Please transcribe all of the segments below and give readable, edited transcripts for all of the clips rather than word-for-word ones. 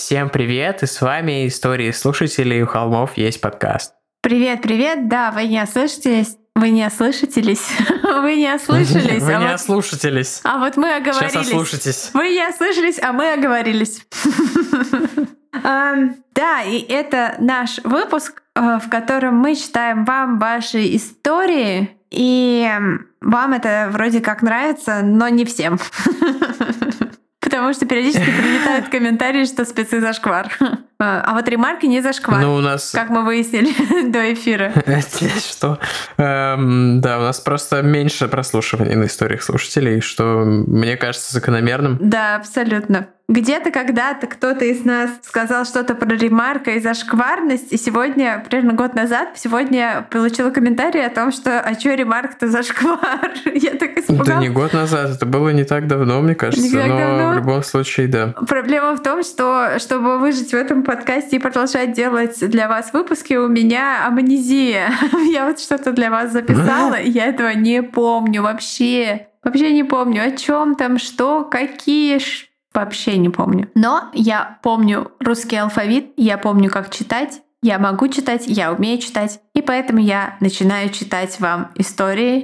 Всем привет, и с вами «Истории слушателей», у холмов есть подкаст. Привет, да, вы не ослышались. Вы не ослышались. Вы не ослышались. Вы не ослушателись. А вот мы оговорились. Сейчас ослушайтесь. Вы не ослышались, а мы оговорились. Да, и это наш выпуск, в котором мы читаем вам ваши истории, и вам это вроде как нравится, но не всем. Потому что периодически прилетают комментарии, что спецы зашквар. А вот ремарки не зашквар, как мы выяснили до эфира. Что? Да, у нас просто меньше прослушиваний на историях слушателей, что мне кажется закономерным. Да, абсолютно. Где-то когда-то кто-то из нас сказал что-то про ремарка и зашкварность, и сегодня, примерно год назад, сегодня получила комментарий о том, что «а чё ремарк-то зашквар?» Я так испугалась. Да не год назад, это было не так давно, мне кажется, но в любом случае, да. Проблема в том, что чтобы выжить в этом подкасте и продолжать делать для вас выпуски, у меня амнезия. Я вот что-то для вас записала, и я этого не помню вообще. Вообще не помню, о чем там, что, какие... Вообще не помню. Но я помню русский алфавит, я помню, как читать, я могу читать, я умею читать, и поэтому я начинаю читать вам истории.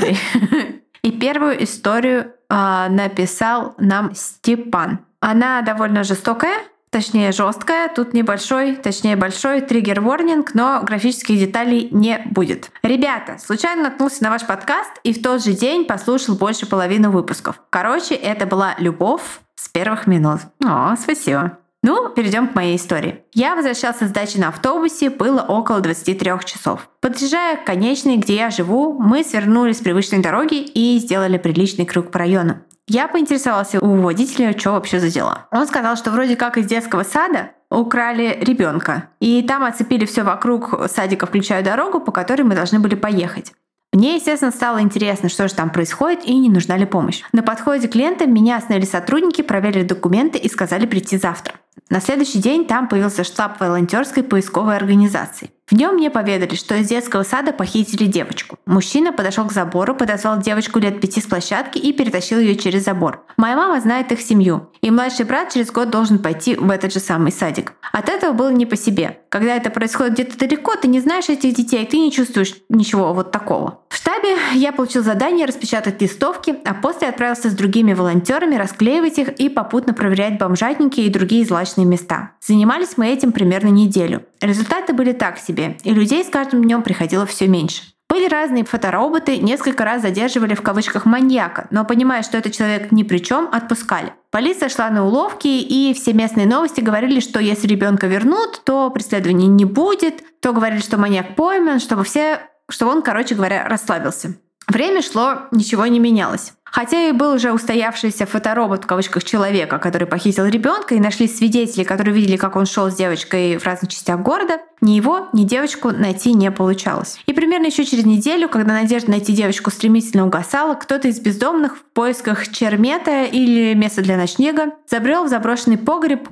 И первую историю написал нам Степан. Она довольно жестокая, точнее жесткая. Тут большой триггер-ворнинг, но графических деталей не будет. Ребята, случайно наткнулся на ваш подкаст и в тот же день послушал больше половины выпусков. Короче, это была любовь с первых минут. О, спасибо. Ну, перейдем к моей истории. Я возвращался с дачи на автобусе, было около 23 часов. Подъезжая к конечной, где я живу, мы свернули с привычной дороги и сделали приличный круг по району. Я поинтересовался у водителя, что вообще за дела. Он сказал, что вроде как из детского сада украли ребенка, и там оцепили все вокруг садика, включая дорогу, по которой мы должны были поехать. Мне, естественно, стало интересно, что же там происходит и не нужна ли помощь. На подходе к лентам меня остановили сотрудники, проверили документы и сказали прийти завтра. На следующий день там появился штаб волонтерской поисковой организации. В нем мне поведали, что из детского сада похитили девочку. Мужчина подошел к забору, подозвал девочку лет 5 с площадки и перетащил ее через забор. Моя мама знает их семью, и младший брат через год должен пойти в этот же самый садик. От этого было не по себе. Когда это происходит где-то далеко, ты не знаешь этих детей, ты не чувствуешь ничего вот такого. В штабе я получил задание распечатать листовки, а после отправился с другими волонтерами расклеивать их и попутно проверять бомжатники и другие злачные места. Занимались мы этим примерно неделю. Результаты были так себе, и людей с каждым днем приходило все меньше. Были разные фотороботы, несколько раз задерживали в кавычках маньяка, но понимая, что этот человек ни при чем, отпускали. Полиция шла на уловки, и все местные новости говорили, что если ребенка вернут, то преследований не будет, то говорили, что маньяк пойман, что он, короче говоря, расслабился. Время шло, ничего не менялось. Хотя и был уже устоявшийся фоторобот в кавычках человека, который похитил ребенка, и нашли свидетелей, которые видели, как он шел с девочкой в разных частях города, ни его, ни девочку найти не получалось. И примерно еще через неделю, когда надежда найти девочку стремительно угасала, кто-то из бездомных в поисках чермета или места для ночлега забрел в заброшенный погреб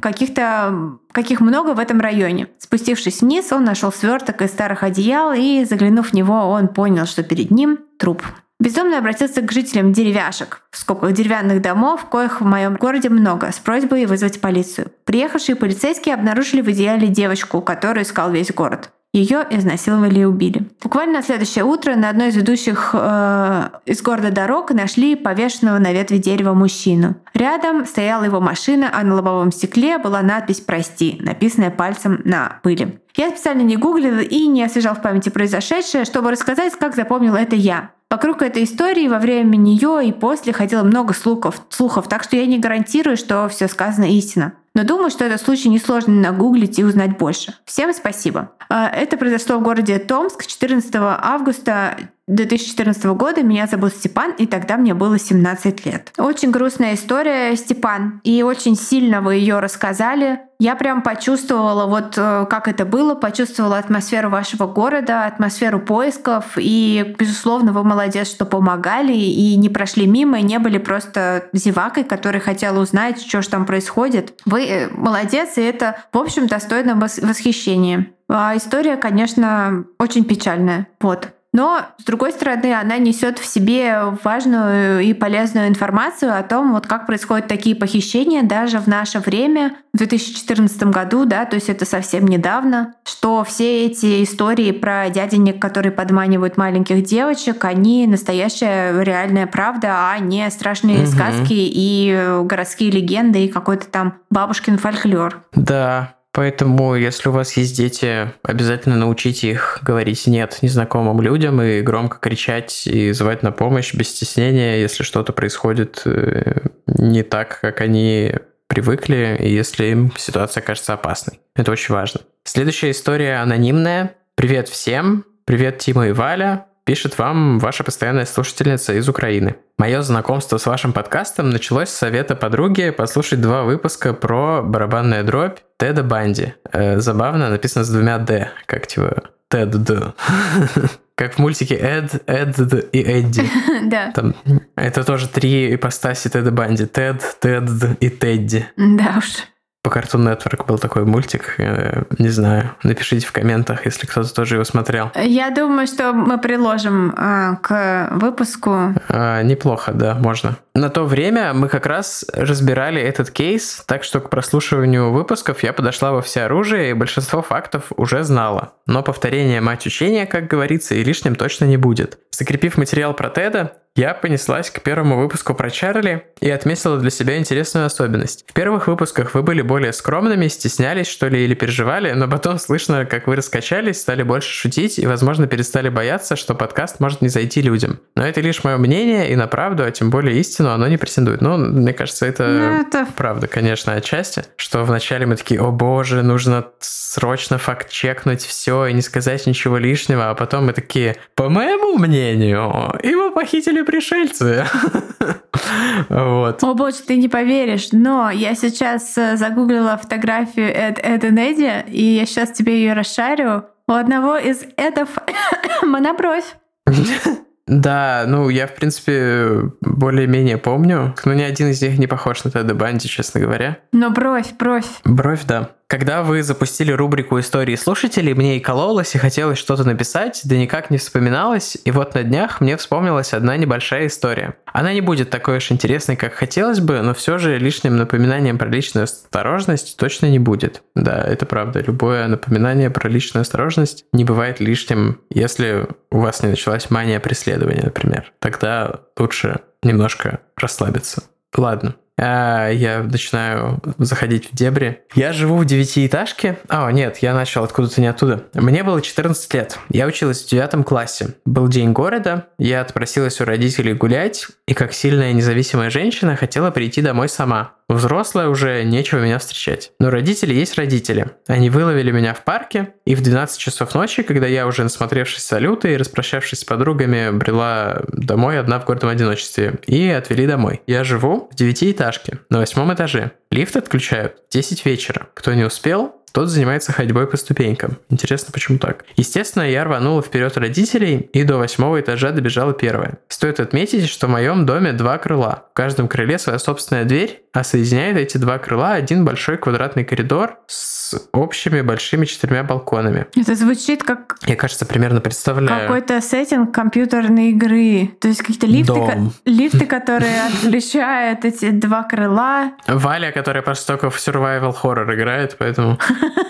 каких много в этом районе. Спустившись вниз, он нашел сверток из старых одеял, и, заглянув в него, он понял, что перед ним труп. Бездомный обратился к жителям деревяшек, в скобках деревянных домов, коих в моем городе много, с просьбой вызвать полицию. Приехавшие полицейские обнаружили в идеале девочку, которую искал весь город. Ее изнасиловали и убили. Буквально на следующее утро на одной из ведущих из города дорог нашли повешенного на ветви дерева мужчину. Рядом стояла его машина, а на лобовом стекле была надпись «Прости», написанная пальцем на пыли. Я специально не гуглила и не освежал в памяти произошедшее, чтобы рассказать, как запомнила это я. Вокруг этой истории во время нее и после ходило много слухов, так что я не гарантирую, что все сказано истина. Но думаю, что этот случай несложно нагуглить и узнать больше. Всем спасибо. Это произошло в городе Томск 14 августа 2014 года. Меня зовут Степан, и тогда мне было 17 лет. Очень грустная история, Степан, и очень сильно вы ее рассказали. Я прям почувствовала, как это было, почувствовала атмосферу вашего города, атмосферу поисков, и, безусловно, вы молодец, что помогали и не прошли мимо, и не были просто зевакой, которая хотела узнать, что же там происходит. Вы молодец, и это, в общем, достойно восхищения. А история, конечно, очень печальная. Но, с другой стороны, она несет в себе важную и полезную информацию о том, вот как происходят такие похищения даже в наше время, в 2014 году, да, то есть это совсем недавно, что все эти истории про дяденек, которые подманивают маленьких девочек, они настоящая реальная правда, а не страшные сказки и городские легенды и какой-то там бабушкин фольклор. Да. Поэтому, если у вас есть дети, обязательно научите их говорить «нет» незнакомым людям и громко кричать и звать на помощь без стеснения, если что-то происходит не так, как они привыкли, и если им ситуация кажется опасной. Это очень важно. Следующая история анонимная. Привет всем. Привет, Тима и Валя. Пишет вам ваша постоянная слушательница из Украины. Мое знакомство с вашим подкастом началось с совета подруги послушать 2 выпуска про барабанную дробь Теда Банди. Забавно, написано с 2 «д», как типа Тед Д. Как в мультике Эд и Эдди. Да. Там, это тоже 3 ипостаси Теда Банди. Тед, Тед и Тедди. Да уж. По Cartoon Network был такой мультик, не знаю, напишите в комментах, если кто-то тоже его смотрел. Я думаю, что мы приложим к выпуску. Неплохо, да, можно. На то время мы как раз разбирали этот кейс, так что к прослушиванию выпусков я подошла во всеоружие и большинство фактов уже знала. Но повторение мать учения, как говорится, и лишним точно не будет. Закрепив материал про Теда, я понеслась к первому выпуску про Чарли и отметила для себя интересную особенность. В первых выпусках вы были более скромными, стеснялись, что ли, или переживали, но потом слышно, как вы раскачались, стали больше шутить и, возможно, перестали бояться, что подкаст может не зайти людям. Но это лишь мое мнение, и на правду, а тем более истину, оно не претендует. Ну, мне кажется, это правда, конечно, отчасти, что вначале мы такие: о боже, нужно срочно факт-чекнуть все и не сказать ничего лишнего, а потом мы такие: по моему мнению, его похитили пришельцы. Вот. О боже, ты не поверишь, но я сейчас загуглила фотографию Эда Неди, и я сейчас тебе ее расшарю. У одного из Эдов монобровь. Да, ну я, в принципе, более-менее помню. Но ни один из них не похож на Теда Банди, честно говоря. Но бровь. Бровь, да. Когда вы запустили рубрику «Истории слушателей», мне и кололось, и хотелось что-то написать, да никак не вспоминалось, и вот на днях мне вспомнилась одна небольшая история. Она не будет такой уж интересной, как хотелось бы, но все же лишним напоминанием про личную осторожность точно не будет. Да, это правда. Любое напоминание про личную осторожность не бывает лишним, если у вас не началась мания преследования, например. Тогда лучше немножко расслабиться. Ладно. Я начинаю заходить в дебри. Я живу в 9-этажке. Нет, я начал откуда-то не оттуда. Мне было 14 лет. Я училась в 9 классе. Был день города. Я отпросилась у родителей гулять. И как сильная независимая женщина хотела прийти домой сама. Взрослая уже, нечего меня встречать. Но родители есть родители. Они выловили меня в парке, и в 12 часов ночи, когда я уже насмотревшись салюты и распрощавшись с подругами, брела домой одна в гордом одиночестве. И отвели домой. Я живу в 9-этажке, на 8 этаже. Лифт отключают в 10 вечера. Кто не успел, тот занимается ходьбой по ступенькам. Интересно, почему так? Естественно, я рванула вперед родителей и до 8 этажа добежала первая. Стоит отметить, что в моем доме 2 крыла. В каждом крыле своя собственная дверь, а соединяет эти 2 крыла один большой квадратный коридор с общими большими 4 балконами. Это звучит как... Я, кажется, примерно представляю. Какой-то сеттинг компьютерной игры. То есть какие-то лифты, которые отключают эти 2 крыла. Валя, которая просто только в survival horror играет, поэтому...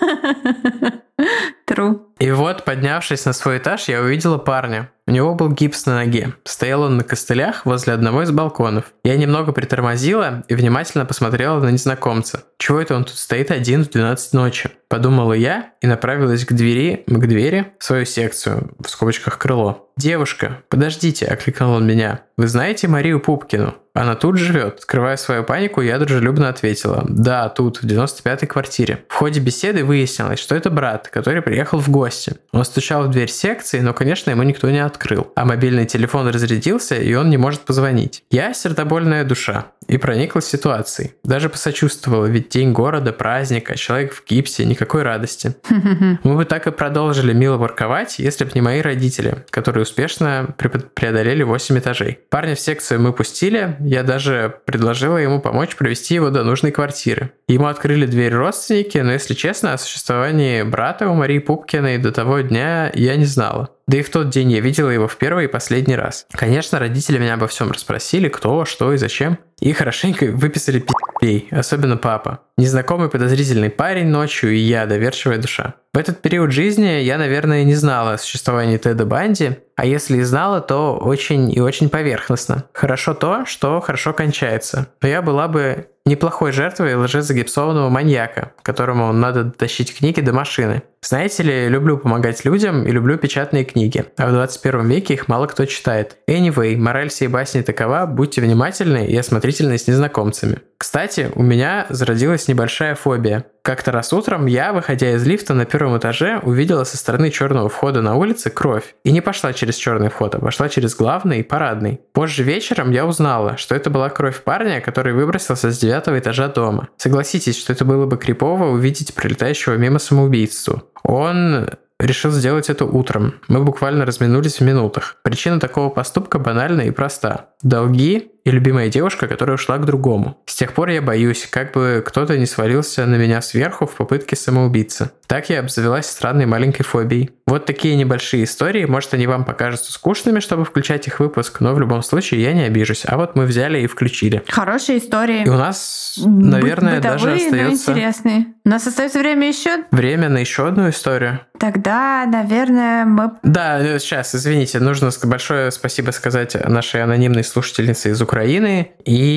True. И вот, поднявшись на свой этаж, я увидела парня. У него был гипс на ноге. Стоял он на костылях возле одного из балконов. Я немного притормозила и внимательно посмотрела на незнакомца. Чего это он тут стоит один в 12 ночи? Подумала я и направилась к двери, в свою секцию, в скобочках крыло. «Девушка, подождите», — окликнул он меня. «Вы знаете Марию Пупкину? Она тут живет». Скрывая свою панику, я дружелюбно ответила: «Да, тут, в 95-й квартире». В ходе беседы выяснилось, что это брат, который приехал в гости. Он стучал в дверь секции, но, конечно, ему никто не открыл. А мобильный телефон разрядился, и он не может позвонить. Я сердобольная душа и прониклась ситуацией. Даже посочувствовала, ведь день города, праздник, а человек в гипсе, никакой радости. Мы бы так и продолжили мило ворковать, если бы не мои родители, которые успешно преодолели 8 этажей. Парня в секцию мы пустили, я даже предложила ему помочь провести его до нужной квартиры. Ему открыли дверь родственники, но, если честно, о существовании брата у Марии Пупкиной до того дня я не знала. Да и в тот день я видела его в первый и последний раз. Конечно, родители меня обо всем расспросили, кто, что и зачем. И хорошенько выписали пи***лей, особенно папа. Незнакомый подозрительный парень ночью и я, доверчивая душа. В этот период жизни я, наверное, не знала о существовании Теда Банди, а если и знала, то очень и очень поверхностно. Хорошо то, что хорошо кончается. Но я была бы неплохой жертвой лжезагипсованного маньяка, которому надо дотащить книги до машины. Знаете ли, люблю помогать людям и люблю печатные книги, а в 21 веке их мало кто читает. Anyway, мораль сей басни такова: будьте внимательны и осмотрительны с незнакомцами. Кстати, у меня зародилась небольшая фобия. Как-то раз утром я, выходя из лифта на первом этаже, увидела со стороны черного входа на улице кровь. И не пошла через черный вход, а пошла через главный и парадный. Позже вечером я узнала, что это была кровь парня, который выбросился с 9 этажа дома. Согласитесь, что это было бы крипово увидеть пролетающего мимо самоубийцу. Он решил сделать это утром. Мы буквально разминулись в минутах. Причина такого поступка банальна и проста. Долги и любимая девушка, которая ушла к другому. С тех пор я боюсь, как бы кто-то не свалился на меня сверху в попытке самоубийцы. Так я обзавелась странной маленькой фобией. Вот такие небольшие истории. Может, они вам покажутся скучными, чтобы включать их в выпуск, но в любом случае я не обижусь. А вот мы взяли и включили. Хорошие истории. И у нас, наверное, даже остается... интересные. У нас остается время еще? Время на еще одну историю. Тогда, наверное, мы... Да, сейчас, извините, нужно большое спасибо сказать нашей анонимной слушательнице из Украины.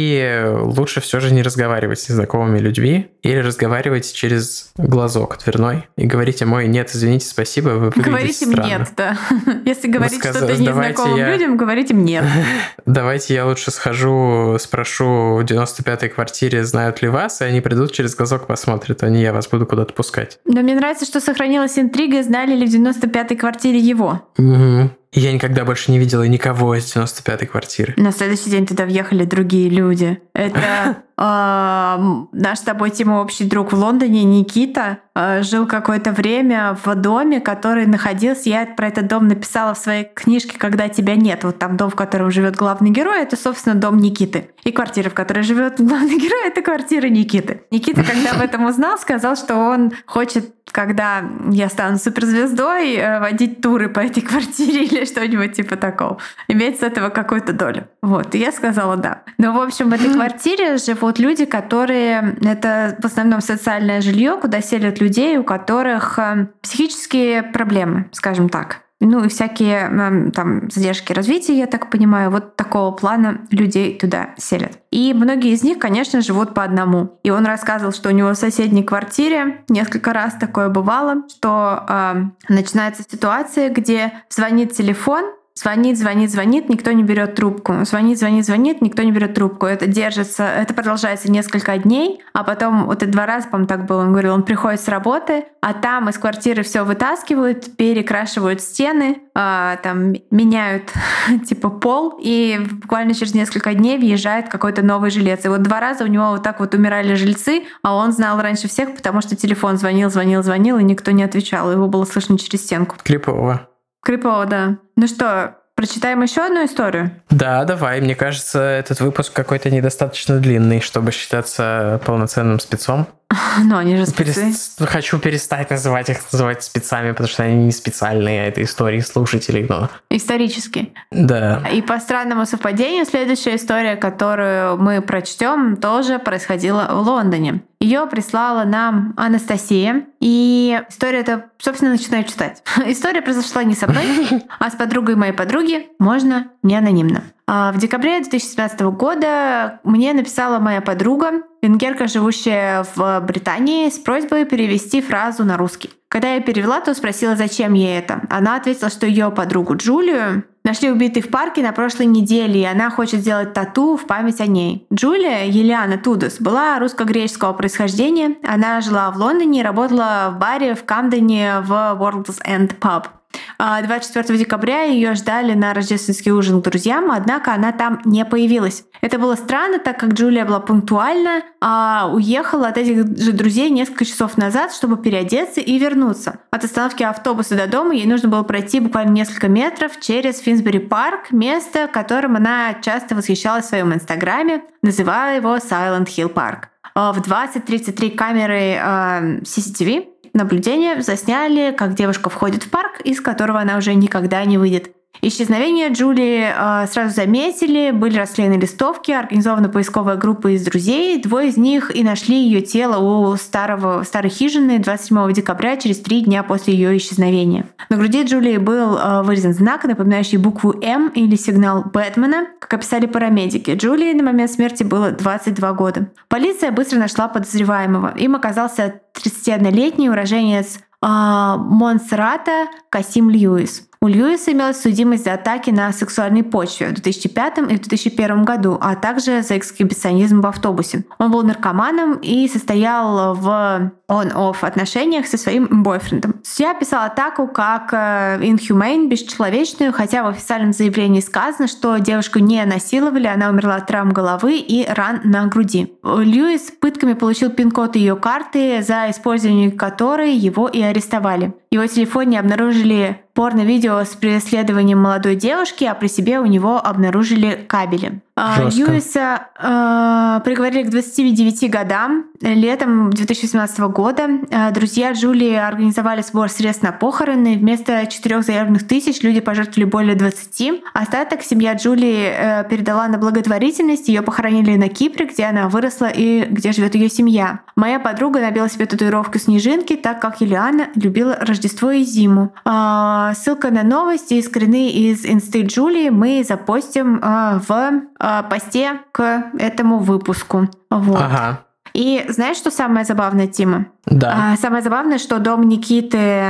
И лучше все же не разговаривать с незнакомыми людьми или разговаривать через глазок дверной и говорите: мой нет, извините, спасибо, вы выглядите говорите странно. Нет, да. Если говорить что-то незнакомым людям, говорите нет. Давайте я лучше схожу, спрошу в 95-й квартире, знают ли вас, и они придут через глазок, посмотрят, а не я вас буду куда-то пускать. Но мне нравится, что сохранилась интрига, знали ли в 95-й квартире его. Угу. Я никогда больше не видела никого из 95-й квартиры. На следующий день туда въехали другие люди. Это наш с тобой, Тима, общий друг в Лондоне, Никита, жил какое-то время в доме, который находился... Я про этот дом написала в своей книжке «Когда тебя нет». Вот там дом, в котором живет главный герой, это, собственно, дом Никиты. И квартира, в которой живет главный герой, это квартира Никиты. Никита, когда об этом узнал, сказал, что он хочет, когда я стану суперзвездой, водить туры по этой квартире или что-нибудь типа такого. Иметь с этого какую-то долю. Вот. И я сказала да. Но, в общем, в этой квартире живут люди, которые... Это в основном социальное жилье, куда селят людей, у которых психические проблемы, скажем так. Ну и всякие там задержки развития, я так понимаю, вот такого плана людей туда селят. И многие из них, конечно, живут по одному. И он рассказывал, что у него в соседней квартире несколько раз такое бывало, что начинается ситуация, где звонит телефон, звонит, никто не берет трубку. Звонит, никто не берет трубку. Это держится, это продолжается несколько дней, а потом вот это 2 раза, по-моему, так было. Он говорил, он приходит с работы, а там из квартиры все вытаскивают, перекрашивают стены, там меняют типа пол, и буквально через несколько дней въезжает какой-то новый жилец. И вот 2 раза у него вот так вот умирали жильцы, а он знал раньше всех, потому что телефон звонил, и никто не отвечал. Его было слышно через стенку. Крипово, да. Ну что, прочитаем еще одну историю? Да, давай. Мне кажется, этот выпуск какой-то недостаточно длинный, чтобы считаться полноценным спецом. Ну, они же спецы. Хочу перестать называть спецами, потому что они не специальные, а это истории слушателей. Но... Исторически. Да. И по странному совпадению, следующая история, которую мы прочтем, тоже происходила в Лондоне. Ее прислала нам Анастасия. И история эта, собственно, начинаю читать. История произошла не со мной, а с подругой моей подруги. Можно не анонимно. В декабре 2017 года мне написала моя подруга, венгерка, живущая в Британии, с просьбой перевести фразу на русский. Когда я перевела, то спросила, зачем ей это. Она ответила, что ее подругу Джулию нашли убитой в парке на прошлой неделе, и она хочет сделать тату в память о ней. Джулия, Елиана Тудос, была русско-греческого происхождения. Она жила в Лондоне и работала в баре в Камдене в World's End Pub. 24 декабря ее ждали на рождественский ужин к друзьям, однако она там не появилась. Это было странно, так как Джулия была пунктуальна, а уехала от этих же друзей несколько часов назад, чтобы переодеться и вернуться. От остановки автобуса до дома ей нужно было пройти буквально несколько метров через Финсбери парк, место, которым она часто восхищалась в своем инстаграме, называя его Silent Hill Park. В 20:33 камеры CCTV наблюдения засняли, как девушка входит в парк, из которого она уже никогда не выйдет. Исчезновение Джулии сразу заметили, были расклеены листовки, организована поисковая группа из друзей. 2 из них и нашли ее тело у старой хижины 27 декабря, через 3 дня после ее исчезновения. На груди Джулии был вырезан знак, напоминающий букву «М» или сигнал Бэтмена, как описали парамедики. Джулии на момент смерти было 22 года. Полиция быстро нашла подозреваемого. Им оказался 31-летний уроженец Монсеррата Касим Льюис. У Льюиса имелась судимость за атаки на сексуальной почве в 2005 и в 2001 году, а также за эксгибиционизм в автобусе. Он был наркоманом и состоял в on-off отношениях со своим бойфрендом. Судья описал атаку как inhumane, бесчеловечную, хотя в официальном заявлении сказано, что девушку не насиловали, она умерла от травм головы и ран на груди. Льюис пытками получил пин-код ее карты, за использование которой его и арестовали. В его телефоне обнаружили порно-видео с преследованием молодой девушки, а при себе у него обнаружили кабели. Жестко. Льюиса приговорили к 29 годам. Летом 2018 года друзья Джулии организовали сбор средств на похороны. Вместо 4 заявленных тысяч люди пожертвовали более 20. Остаток семья Джулии передала на благотворительность. Ее похоронили на Кипре, где она выросла и где живет ее семья. Моя подруга набила себе татуировку снежинки, так как Юлиана любила Рождество и зиму. Ссылка на новости и скрины из инсты Джулии мы запостим в посте к этому выпуску. Вот. Ага. И знаешь, что самое забавное, Тима? Да. Самое забавное, что дом Никиты,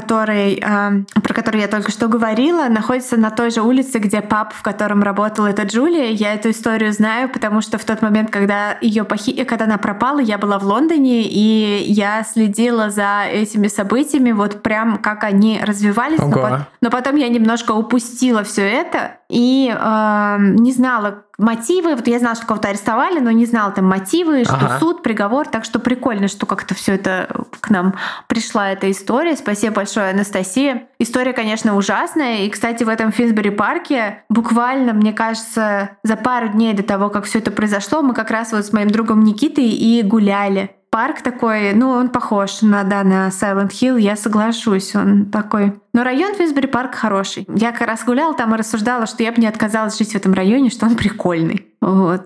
про который я только что говорила, находится на той же улице, где паб, в котором работала эта Джулия. Я эту историю знаю, потому что в тот момент, когда когда она пропала, я была в Лондоне, и я следила за этими событиями, вот прям как они развивались. Но потом я немножко упустила все это и не знала мотивы. Вот я знала, что кого-то арестовали, но не знала там мотивы, что суд, приговор. Так что прикольно, что как-то все это к нам пришла эта история. Спасибо большое, Анастасия. История, конечно, ужасная. И, кстати, в этом Финсбери-парке буквально, мне кажется, за пару дней до того, как все это произошло, мы как раз вот с моим другом Никитой и гуляли. Парк такой, он похож на Silent Hill, я соглашусь, он такой. Но район Финсбери-парк хороший. Я как раз гуляла там и рассуждала, что я бы не отказалась жить в этом районе, что он прикольный. Вот.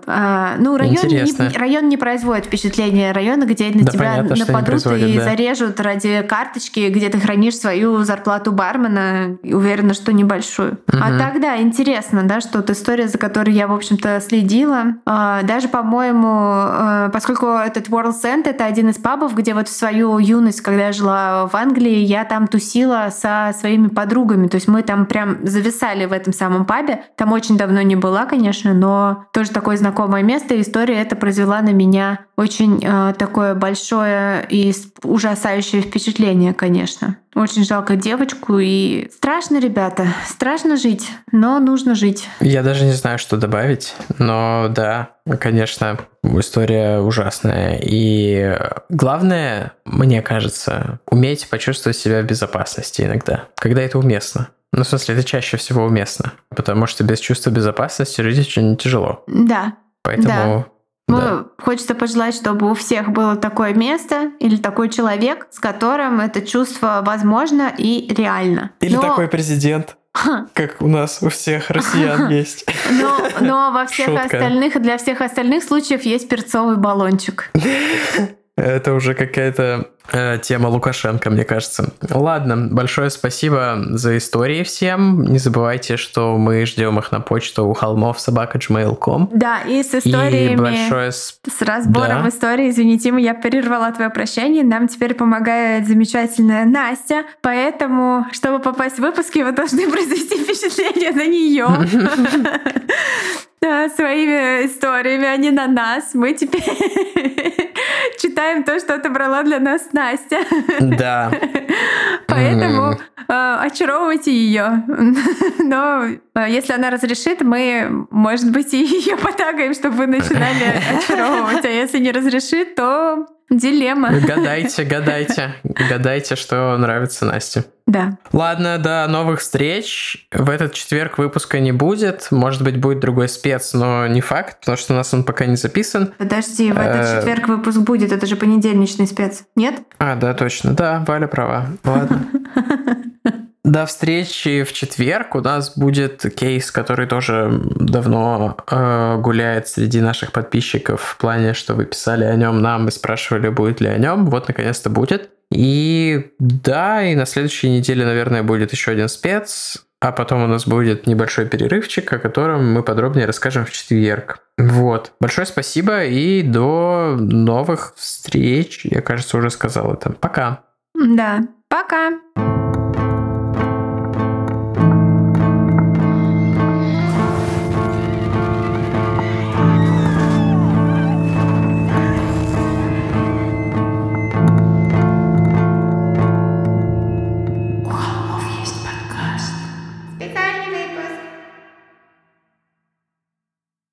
Район не производит впечатление района, где на тебя нападут и зарежут ради карточки, где ты хранишь свою зарплату бармена, и уверена, что небольшую. А тогда интересно, да, что вот история, за которой я, в общем-то, следила. Даже, по-моему, поскольку этот World's End — это один из пабов, где вот в свою юность, когда я жила в Англии, я там тусила со своими подругами. То есть мы там прям зависали в этом самом пабе. Там очень давно не была, конечно, но тоже такое знакомое место. И история эта произвела на меня очень такое большое и ужасающее впечатление, конечно. Очень жалко девочку. И страшно, ребята. Страшно жить, но нужно жить. Я даже не знаю, что добавить. Но да, конечно, история ужасная. И главное, мне кажется, уметь почувствовать себя в безопасности иногда, когда это уместно. Ну, в смысле, это чаще всего уместно. Потому что без чувства безопасности жить очень тяжело. Да. Поэтому... Да. Хочется пожелать, чтобы у всех было такое место или такой человек, с которым это чувство возможно и реально. Или такой президент, как у нас у всех россиян есть. Но во всех остальных, для всех остальных случаев есть перцовый баллончик. Это уже какая-то тема Лукашенко, мне кажется. Ладно, большое спасибо за истории всем. Не забывайте, что мы ждем их на почту у холмов@gmail.com. Да, и с историями, с разбором истории. Извините, я перервала твое прощание. Нам теперь помогает замечательная Настя. Поэтому, чтобы попасть в выпуски, вы должны произвести впечатление на нее. Своими историями, а не на нас. Мы теперь читаем то, что отобрала для нас Настя. Да. Поэтому очаровывайте ее. Но если она разрешит, мы, может быть, и ее потагаем, чтобы вы начинали очаровывать. А если не разрешит, то Дилемма. Гадайте, что нравится Насте. Да. Ладно, до новых встреч. В этот четверг выпуска не будет. Может быть, будет другой спец, но не факт, потому что у нас он пока не записан. Подожди, в этот четверг выпуск будет. Это же понедельничный спец. Нет? Да, точно. Да, Валя права. Ладно. До встречи в четверг. У нас будет кейс, который тоже давно гуляет среди наших подписчиков в плане, что вы писали о нем нам и спрашивали, будет ли о нем. Вот, наконец-то будет. И да, и на следующей неделе, наверное, будет еще один спец, а потом у нас будет небольшой перерывчик, о котором мы подробнее расскажем в четверг. Вот. Большое спасибо и до новых встреч. Я, кажется, уже сказал это. Пока. Да, пока.